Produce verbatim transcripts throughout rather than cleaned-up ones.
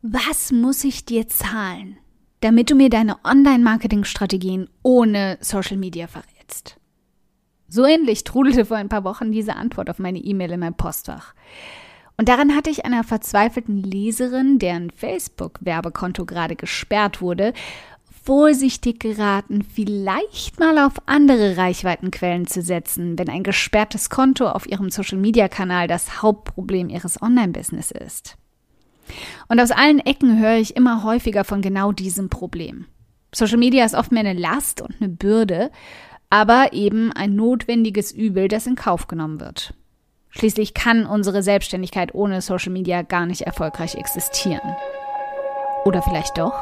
Was muss ich dir zahlen, damit du mir deine Online-Marketing-Strategien ohne Social Media verrätst? So ähnlich trudelte vor ein paar Wochen diese Antwort auf meine E-Mail in mein Postfach. Und daran hatte ich einer verzweifelten Leserin, deren Facebook-Werbekonto gerade gesperrt wurde, vorsichtig geraten, vielleicht mal auf andere Reichweitenquellen zu setzen, wenn ein gesperrtes Konto auf ihrem Social-Media-Kanal das Hauptproblem ihres Online-Business ist. Und aus allen Ecken höre ich immer häufiger von genau diesem Problem. Social Media ist oft mehr eine Last und eine Bürde, aber eben ein notwendiges Übel, das in Kauf genommen wird. Schließlich kann unsere Selbstständigkeit ohne Social Media gar nicht erfolgreich existieren. Oder vielleicht doch?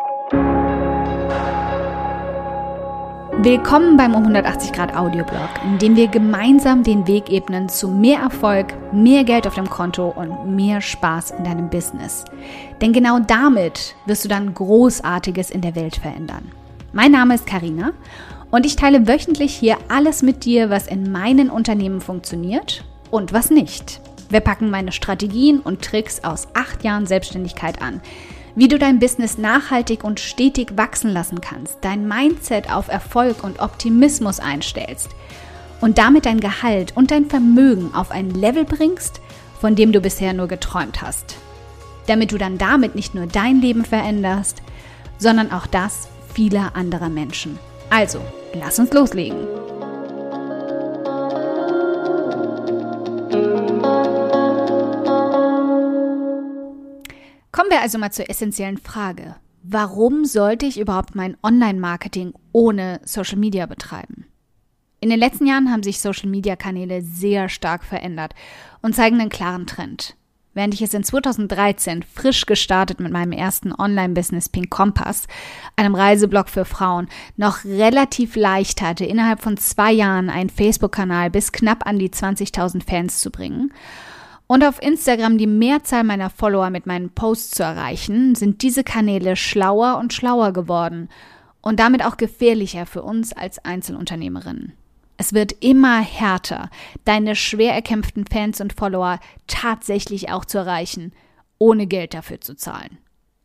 Willkommen beim um hundertachtzig Grad Audioblog, in dem wir gemeinsam den Weg ebnen zu mehr Erfolg, mehr Geld auf dem Konto und mehr Spaß in deinem Business. Denn genau damit wirst du dann Großartiges in der Welt verändern. Mein Name ist Carina und ich teile wöchentlich hier alles mit dir, was in meinen Unternehmen funktioniert und was nicht. Wir packen meine Strategien und Tricks aus acht Jahren Selbstständigkeit an, wie du dein Business nachhaltig und stetig wachsen lassen kannst, dein Mindset auf Erfolg und Optimismus einstellst und damit dein Gehalt und dein Vermögen auf ein Level bringst, von dem du bisher nur geträumt hast. Damit du dann damit nicht nur dein Leben veränderst, sondern auch das vieler anderer Menschen. Also, lass uns loslegen. Kommen wir also mal zur essentiellen Frage. Warum sollte ich überhaupt mein Online-Marketing ohne Social Media betreiben? In den letzten Jahren haben sich Social-Media-Kanäle sehr stark verändert und zeigen einen klaren Trend. Während ich es in zweitausenddreizehn frisch gestartet mit meinem ersten Online-Business Pink Kompass, einem Reiseblog für Frauen, noch relativ leicht hatte, innerhalb von zwei Jahren einen Facebook-Kanal bis knapp an die zwanzigtausend Fans zu bringen und auf Instagram die Mehrzahl meiner Follower mit meinen Posts zu erreichen, sind diese Kanäle schlauer und schlauer geworden und damit auch gefährlicher für uns als Einzelunternehmerinnen. Es wird immer härter, deine schwer erkämpften Fans und Follower tatsächlich auch zu erreichen, ohne Geld dafür zu zahlen.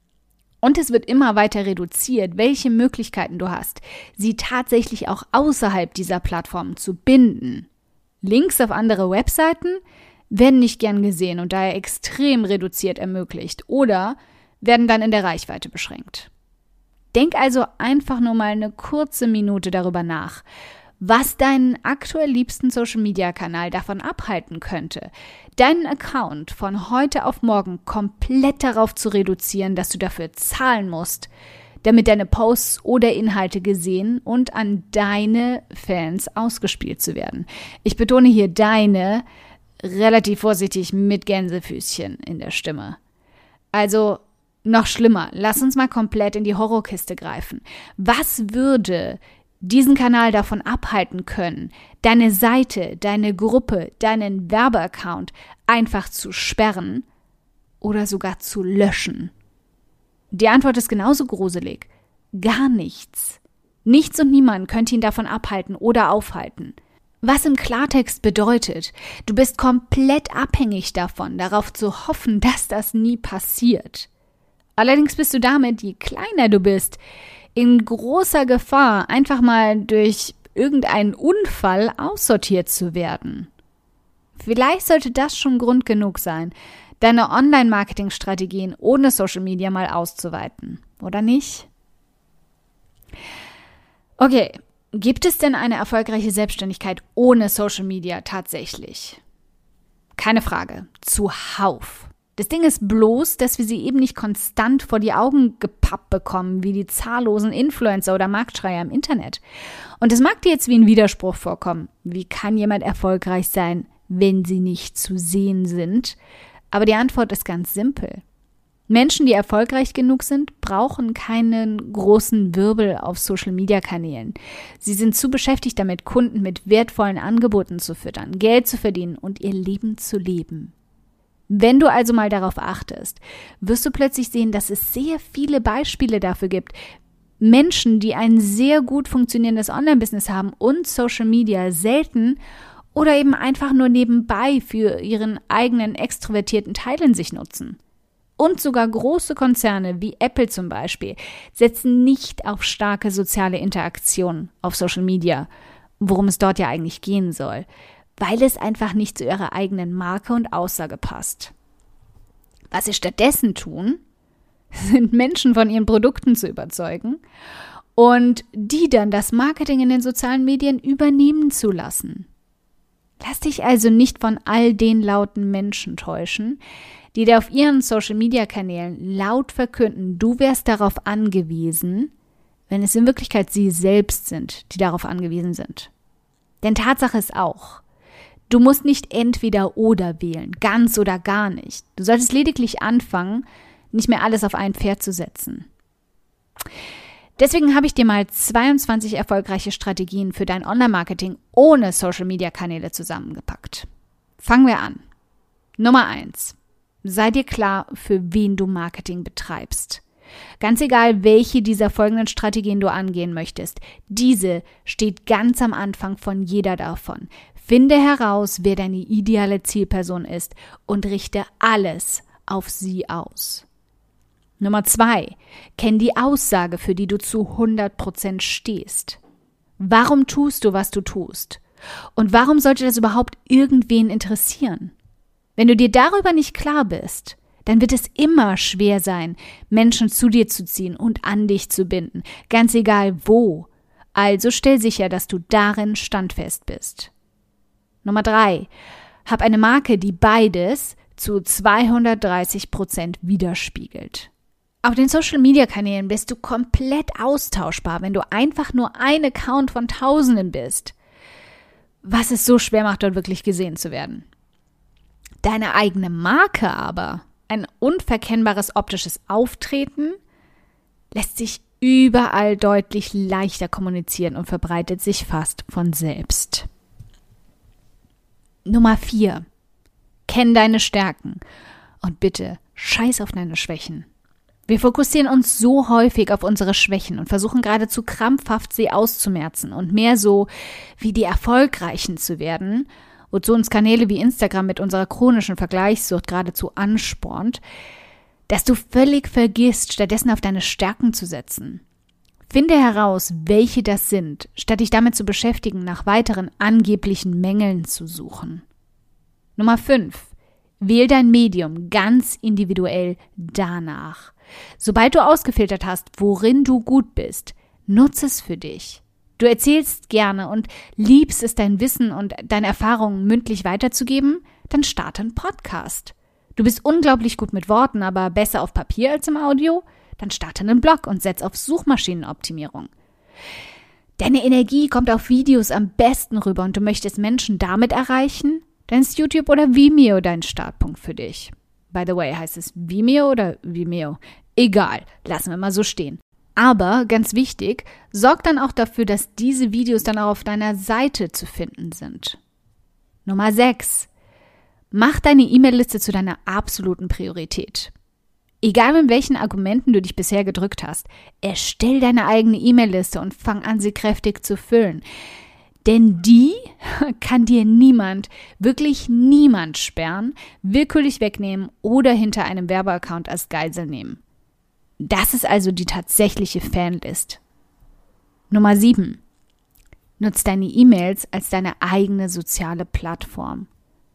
Und es wird immer weiter reduziert, welche Möglichkeiten du hast, sie tatsächlich auch außerhalb dieser Plattformen zu binden. Links auf andere Webseiten werden nicht gern gesehen und daher extrem reduziert ermöglicht oder werden dann in der Reichweite beschränkt. Denk also einfach nur mal eine kurze Minute darüber nach, was deinen aktuell liebsten Social-Media-Kanal davon abhalten könnte, deinen Account von heute auf morgen komplett darauf zu reduzieren, dass du dafür zahlen musst, damit deine Posts oder Inhalte gesehen und an deine Fans ausgespielt zu werden. Ich betone hier deine, relativ vorsichtig mit Gänsefüßchen in der Stimme. Also noch schlimmer, lass uns mal komplett in die Horrorkiste greifen. Was würde diesen Kanal davon abhalten können, deine Seite, deine Gruppe, deinen Werbeaccount einfach zu sperren oder sogar zu löschen? Die Antwort ist genauso gruselig. Gar nichts. Nichts und niemand könnte ihn davon abhalten oder aufhalten. Was im Klartext bedeutet, du bist komplett abhängig davon, darauf zu hoffen, dass das nie passiert. Allerdings bist du damit, je kleiner du bist, in großer Gefahr, einfach mal durch irgendeinen Unfall aussortiert zu werden. Vielleicht sollte das schon Grund genug sein, deine Online-Marketing-Strategien ohne Social Media mal auszuweiten, oder nicht? Okay. Gibt es denn eine erfolgreiche Selbstständigkeit ohne Social Media tatsächlich? Keine Frage, zuhauf. Das Ding ist bloß, dass wir sie eben nicht konstant vor die Augen gepappt bekommen, wie die zahllosen Influencer oder Marktschreier im Internet. Und es mag dir jetzt wie ein Widerspruch vorkommen. Wie kann jemand erfolgreich sein, wenn sie nicht zu sehen sind? Aber die Antwort ist ganz simpel. Menschen, die erfolgreich genug sind, brauchen keinen großen Wirbel auf Social-Media-Kanälen. Sie sind zu beschäftigt damit, Kunden mit wertvollen Angeboten zu füttern, Geld zu verdienen und ihr Leben zu leben. Wenn du also mal darauf achtest, wirst du plötzlich sehen, dass es sehr viele Beispiele dafür gibt. Menschen, die ein sehr gut funktionierendes Online-Business haben und Social-Media selten oder eben einfach nur nebenbei für ihren eigenen extrovertierten Teil in sich nutzen. und sogar große Konzerne wie Apple zum Beispiel setzen nicht auf starke soziale Interaktion auf Social Media, worum es dort ja eigentlich gehen soll, weil es einfach nicht zu ihrer eigenen Marke und Aussage passt. Was sie stattdessen tun, sind Menschen von ihren Produkten zu überzeugen und die dann das Marketing in den sozialen Medien übernehmen zu lassen. Lass dich also nicht von all den lauten Menschen täuschen, die da auf ihren Social-Media-Kanälen laut verkünden, du wärst darauf angewiesen, wenn es in Wirklichkeit sie selbst sind, die darauf angewiesen sind. Denn Tatsache ist auch, du musst nicht entweder oder wählen, ganz oder gar nicht. Du solltest lediglich anfangen, nicht mehr alles auf ein Pferd zu setzen. Deswegen habe ich dir mal zweiundzwanzig erfolgreiche Strategien für dein Online-Marketing ohne Social-Media-Kanäle zusammengepackt. Fangen wir an. Nummer eins. Sei dir klar, für wen du Marketing betreibst. Ganz egal, welche dieser folgenden Strategien du angehen möchtest, diese steht ganz am Anfang von jeder davon. Finde heraus, wer deine ideale Zielperson ist und richte alles auf sie aus. Nummer zwei. Kenn die Aussage, für die du zu hundert Prozent stehst. Warum tust du, was du tust? Und warum sollte das überhaupt irgendwen interessieren? Wenn du dir darüber nicht klar bist, dann wird es immer schwer sein, Menschen zu dir zu ziehen und an dich zu binden, ganz egal wo. Also stell sicher, dass du darin standfest bist. Nummer drei. Hab eine Marke, die beides zu zweihundertdreißig Prozent widerspiegelt. Auf den Social-Media-Kanälen bist du komplett austauschbar, wenn du einfach nur ein Account von Tausenden bist. Was es so schwer macht, dort wirklich gesehen zu werden. Deine eigene Marke aber, ein unverkennbares optisches Auftreten, lässt sich überall deutlich leichter kommunizieren und verbreitet sich fast von selbst. Nummer vier. Kenn deine Stärken und bitte scheiß auf deine Schwächen. Wir fokussieren uns so häufig auf unsere Schwächen und versuchen geradezu krampfhaft, sie auszumerzen und mehr so wie die Erfolgreichen zu werden, wozu uns Kanäle wie Instagram mit unserer chronischen Vergleichssucht geradezu anspornt, dass du völlig vergisst, stattdessen auf deine Stärken zu setzen. Finde heraus, welche das sind, statt dich damit zu beschäftigen, nach weiteren angeblichen Mängeln zu suchen. Nummer fünf. Wähl dein Medium ganz individuell danach. Sobald du ausgefiltert hast, worin du gut bist, nutze es für dich. Du erzählst gerne und liebst es, dein Wissen und deine Erfahrungen mündlich weiterzugeben, dann starte einen Podcast. Du bist unglaublich gut mit Worten, aber besser auf Papier als im Audio? Dann starte einen Blog und setz auf Suchmaschinenoptimierung. Deine Energie kommt auf Videos am besten rüber und du möchtest Menschen damit erreichen? Dann ist YouTube oder Vimeo dein Startpunkt für dich. By the way, heißt es Vimeo oder Vimeo? Egal, lassen wir mal so stehen. Aber, ganz wichtig, sorg dann auch dafür, dass diese Videos dann auch auf deiner Seite zu finden sind. Nummer sechs. Mach deine E-Mail-Liste zu deiner absoluten Priorität. Egal mit welchen Argumenten du dich bisher gedrückt hast, erstell deine eigene E-Mail-Liste und fang an, sie kräftig zu füllen. Denn die kann dir niemand, wirklich niemand sperren, willkürlich wegnehmen oder hinter einem Werbeaccount als Geisel nehmen. Das ist also die tatsächliche Fanlist. Nummer sieben. Nutz deine E-Mails als deine eigene soziale Plattform.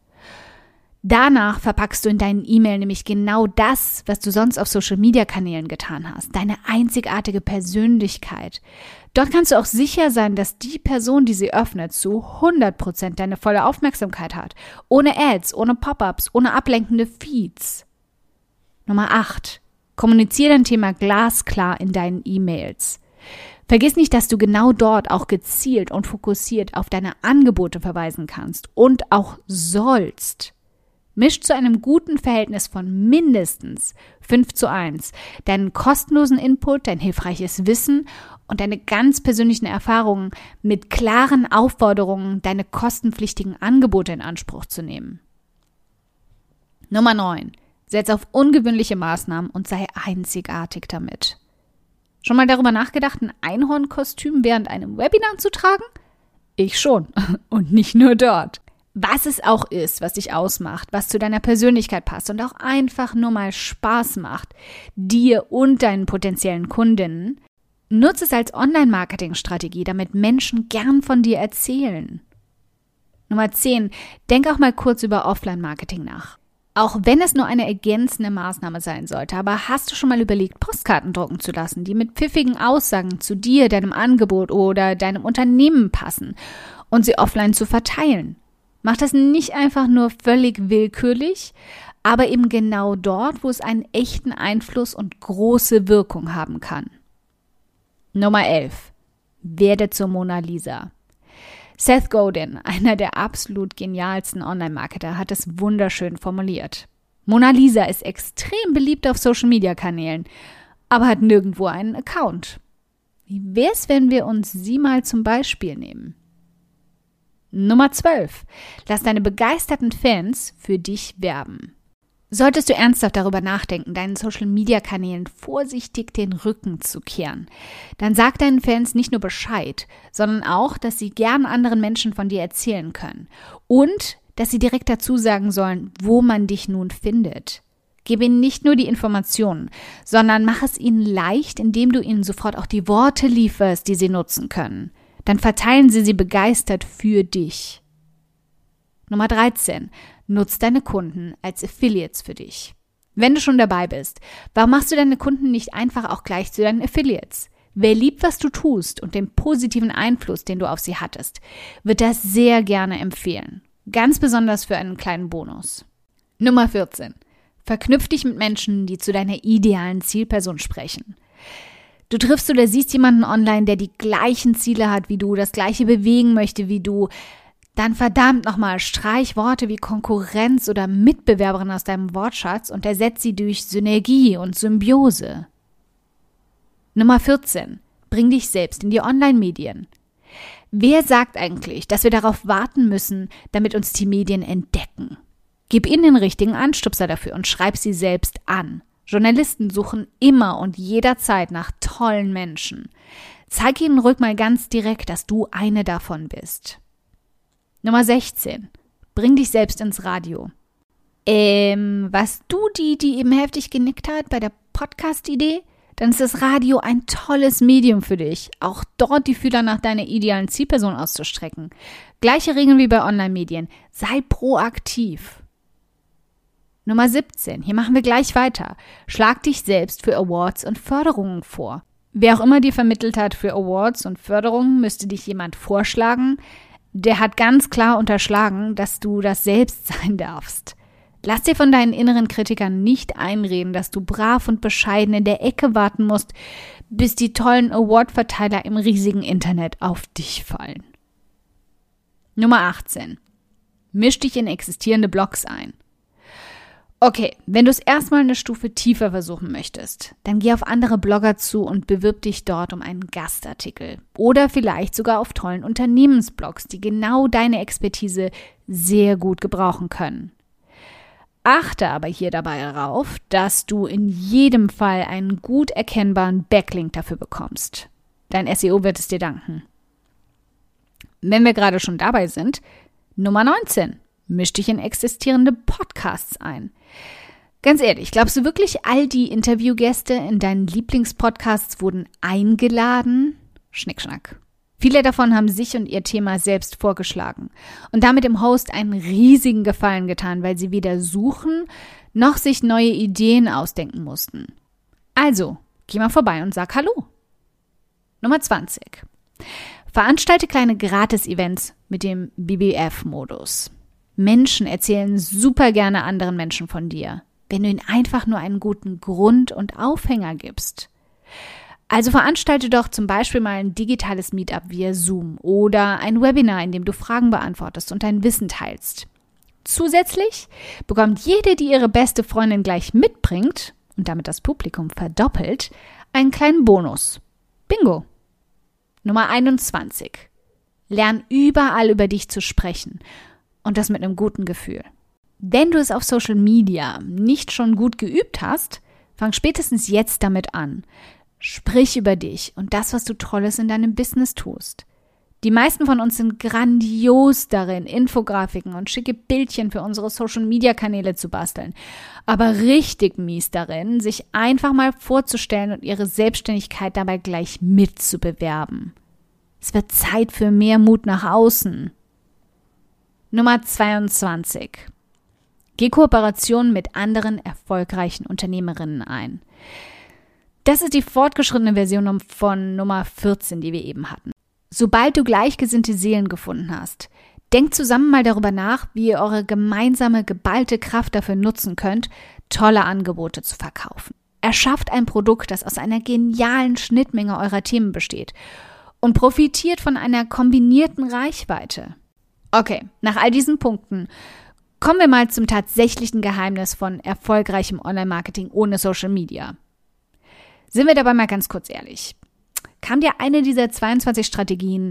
Danach verpackst du in deinen E-Mail nämlich genau das, was du sonst auf Social-Media-Kanälen getan hast, deine einzigartige Persönlichkeit. Dort kannst du auch sicher sein, dass die Person, die sie öffnet, zu hundert Prozent deine volle Aufmerksamkeit hat. Ohne Ads, ohne Pop-ups, ohne ablenkende Feeds. Nummer acht. Kommuniziere dein Thema glasklar in deinen E-Mails. Vergiss nicht, dass du genau dort auch gezielt und fokussiert auf deine Angebote verweisen kannst und auch sollst. Misch zu einem guten Verhältnis von mindestens fünf zu eins deinen kostenlosen Input, dein hilfreiches Wissen und deine ganz persönlichen Erfahrungen mit klaren Aufforderungen, deine kostenpflichtigen Angebote in Anspruch zu nehmen. Nummer neun. Setz auf ungewöhnliche Maßnahmen und sei einzigartig damit. Schon mal darüber nachgedacht, ein Einhornkostüm während einem Webinar zu tragen? Ich schon. Und nicht nur dort. Was es auch ist, was dich ausmacht, was zu deiner Persönlichkeit passt und auch einfach nur mal Spaß macht, dir und deinen potenziellen Kundinnen, nutze es als Online-Marketing-Strategie, damit Menschen gern von dir erzählen. Nummer zehn. Denk auch mal kurz über Offline-Marketing nach. Auch wenn es nur eine ergänzende Maßnahme sein sollte, aber hast du schon mal überlegt, Postkarten drucken zu lassen, die mit pfiffigen Aussagen zu dir, deinem Angebot oder deinem Unternehmen passen und sie offline zu verteilen? Mach das nicht einfach nur völlig willkürlich, aber eben genau dort, wo es einen echten Einfluss und große Wirkung haben kann. Nummer elf. Werde zur Mona Lisa. Seth Godin, einer der absolut genialsten Online-Marketer, hat es wunderschön formuliert. Mona Lisa ist extrem beliebt auf Social-Media-Kanälen, aber hat nirgendwo einen Account. Wie wär's, wenn wir uns sie mal zum Beispiel nehmen? Nummer zwölf. Lass deine begeisterten Fans für dich werben. Solltest du ernsthaft darüber nachdenken, deinen Social-Media-Kanälen vorsichtig den Rücken zu kehren, dann sag deinen Fans nicht nur Bescheid, sondern auch, dass sie gern anderen Menschen von dir erzählen können und dass sie direkt dazu sagen sollen, wo man dich nun findet. Gib ihnen nicht nur die Informationen, sondern mach es ihnen leicht, indem du ihnen sofort auch die Worte lieferst, die sie nutzen können. Dann verteilen sie sie begeistert für dich. Nummer dreizehn. Nutz deine Kunden als Affiliates für dich. Wenn du schon dabei bist, warum machst du deine Kunden nicht einfach auch gleich zu deinen Affiliates? Wer liebt, was du tust und den positiven Einfluss, den du auf sie hattest, wird das sehr gerne empfehlen. Ganz besonders für einen kleinen Bonus. Nummer vierzehn. Verknüpf dich mit Menschen, die zu deiner idealen Zielperson sprechen. Du triffst oder siehst jemanden online, der die gleichen Ziele hat wie du, das gleiche bewegen möchte wie du, dann verdammt nochmal, streich Worte wie Konkurrenz oder Mitbewerberin aus deinem Wortschatz und ersetz sie durch Synergie und Symbiose. Nummer vierzehn. Bring dich selbst in die Online-Medien. Wer sagt eigentlich, dass wir darauf warten müssen, damit uns die Medien entdecken? Gib ihnen den richtigen Anstupser dafür und schreib sie selbst an. Journalisten suchen immer und jederzeit nach tollen Menschen. Zeig ihnen ruhig mal ganz direkt, dass du eine davon bist. Nummer sechzehn. Bring dich selbst ins Radio. Ähm, warst du die, die eben heftig genickt hat bei der Podcast-Idee? Dann ist das Radio ein tolles Medium für dich, auch dort die Fühler nach deiner idealen Zielperson auszustrecken. Gleiche Regeln wie bei Online-Medien. Sei proaktiv. Nummer siebzehn. Hier machen wir gleich weiter. Schlag dich selbst für Awards und Förderungen vor. Wer auch immer dir vermittelt hat für Awards und Förderungen, müsste dich jemand vorschlagen, der hat ganz klar unterschlagen, dass du das selbst sein darfst. Lass dir von deinen inneren Kritikern nicht einreden, dass du brav und bescheiden in der Ecke warten musst, bis die tollen Award-Verteiler im riesigen Internet auf dich fallen. Nummer achtzehn. Misch dich in existierende Blogs ein. Okay, wenn du es erstmal eine Stufe tiefer versuchen möchtest, dann geh auf andere Blogger zu und bewirb dich dort um einen Gastartikel. Oder vielleicht sogar auf tollen Unternehmensblogs, die genau deine Expertise sehr gut gebrauchen können. Achte aber hier dabei darauf, dass du in jedem Fall einen gut erkennbaren Backlink dafür bekommst. Dein S E O wird es dir danken. Wenn wir gerade schon dabei sind, Nummer neunzehn. Misch dich in existierende Podcasts ein. Ganz ehrlich, glaubst du wirklich, all die Interviewgäste in deinen Lieblingspodcasts wurden eingeladen? Schnickschnack. Viele davon haben sich und ihr Thema selbst vorgeschlagen und damit dem Host einen riesigen Gefallen getan, weil sie weder suchen noch sich neue Ideen ausdenken mussten. Also, geh mal vorbei und sag Hallo. Nummer zwanzig. Veranstalte kleine Gratis-Events mit dem B B F-Modus. Menschen erzählen super gerne anderen Menschen von dir, wenn du ihnen einfach nur einen guten Grund und Aufhänger gibst. Also veranstalte doch zum Beispiel mal ein digitales Meetup via Zoom oder ein Webinar, in dem du Fragen beantwortest und dein Wissen teilst. Zusätzlich bekommt jede, die ihre beste Freundin gleich mitbringt und damit das Publikum verdoppelt, einen kleinen Bonus. Bingo! Nummer einundzwanzig. Lern überall über dich zu sprechen. Und das mit einem guten Gefühl. Wenn du es auf Social Media nicht schon gut geübt hast, fang spätestens jetzt damit an. Sprich über dich und das, was du Tolles in deinem Business tust. Die meisten von uns sind grandios darin, Infografiken und schicke Bildchen für unsere Social-Media-Kanäle zu basteln. Aber richtig mies darin, sich einfach mal vorzustellen und ihre Selbstständigkeit dabei gleich mitzubewerben. Es wird Zeit für mehr Mut nach außen. Nummer zweiundzwanzig. Geh Kooperationen mit anderen erfolgreichen Unternehmerinnen ein. Das ist die fortgeschrittene Version von Nummer vierzehn, die wir eben hatten. Sobald du gleichgesinnte Seelen gefunden hast, denkt zusammen mal darüber nach, wie ihr eure gemeinsame, geballte Kraft dafür nutzen könnt, tolle Angebote zu verkaufen. Erschafft ein Produkt, das aus einer genialen Schnittmenge eurer Themen besteht und profitiert von einer kombinierten Reichweite. Okay, nach all diesen Punkten kommen wir mal zum tatsächlichen Geheimnis von erfolgreichem Online-Marketing ohne Social Media. Sind wir dabei mal ganz kurz ehrlich. Kam dir eine dieser zweiundzwanzig Strategien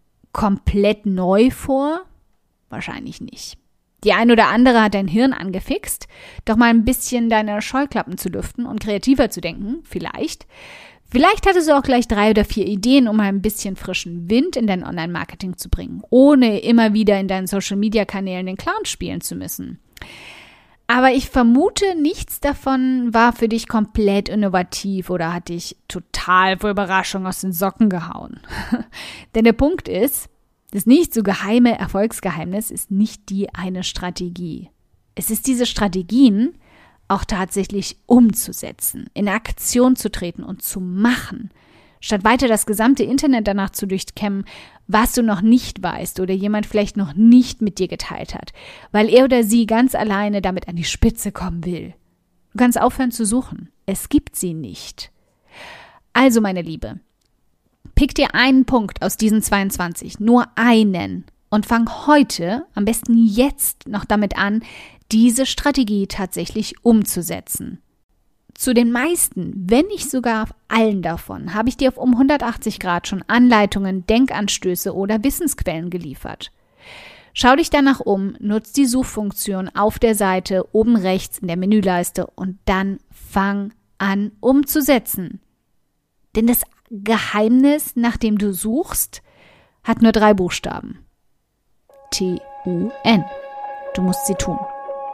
komplett neu vor? Wahrscheinlich nicht. Die ein oder andere hat dein Hirn angefixt, doch mal ein bisschen deine Scheuklappen zu lüften und kreativer zu denken, vielleicht. Vielleicht hattest du auch gleich drei oder vier Ideen, um mal ein bisschen frischen Wind in dein Online-Marketing zu bringen, ohne immer wieder in deinen Social-Media-Kanälen den Clown spielen zu müssen. Aber ich vermute, nichts davon war für dich komplett innovativ oder hat dich total vor Überraschung aus den Socken gehauen. Denn der Punkt ist, das nicht so geheime Erfolgsgeheimnis ist nicht die eine Strategie. Es ist diese Strategien auch tatsächlich umzusetzen, in Aktion zu treten und zu machen, statt weiter das gesamte Internet danach zu durchkämmen, was du noch nicht weißt oder jemand vielleicht noch nicht mit dir geteilt hat, weil er oder sie ganz alleine damit an die Spitze kommen will. Du kannst aufhören zu suchen. Es gibt sie nicht. Also, meine Liebe, pick dir einen Punkt aus diesen zweiundzwanzig, nur einen, und fang heute, am besten jetzt, noch damit an, diese Strategie tatsächlich umzusetzen. Zu den meisten, wenn nicht sogar auf allen davon, habe ich dir auf um hundertachtzig Grad schon Anleitungen, Denkanstöße oder Wissensquellen geliefert. Schau dich danach um, nutz die Suchfunktion auf der Seite oben rechts in der Menüleiste und dann fang an umzusetzen. Denn das Geheimnis, nach dem du suchst, hat nur drei Buchstaben. T U N. Du musst sie tun.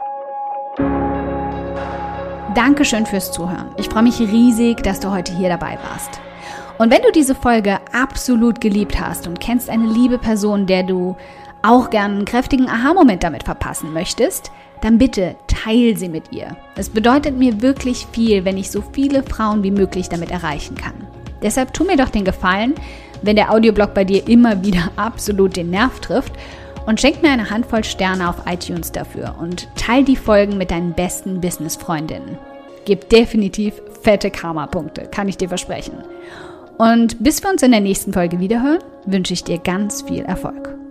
Dankeschön fürs Zuhören. Ich freue mich riesig, dass du heute hier dabei warst. Und wenn du diese Folge absolut geliebt hast und kennst eine liebe Person, der du auch gern einen kräftigen Aha-Moment damit verpassen möchtest, dann bitte teil sie mit ihr. Es bedeutet mir wirklich viel, wenn ich so viele Frauen wie möglich damit erreichen kann. Deshalb tu mir doch den Gefallen, wenn der Audioblog bei dir immer wieder absolut den Nerv trifft, und schenk mir eine Handvoll Sterne auf iTunes dafür und teil die Folgen mit deinen besten Business-Freundinnen. Gib definitiv fette Karma-Punkte, kann ich dir versprechen. Und bis wir uns in der nächsten Folge wiederhören, wünsche ich dir ganz viel Erfolg.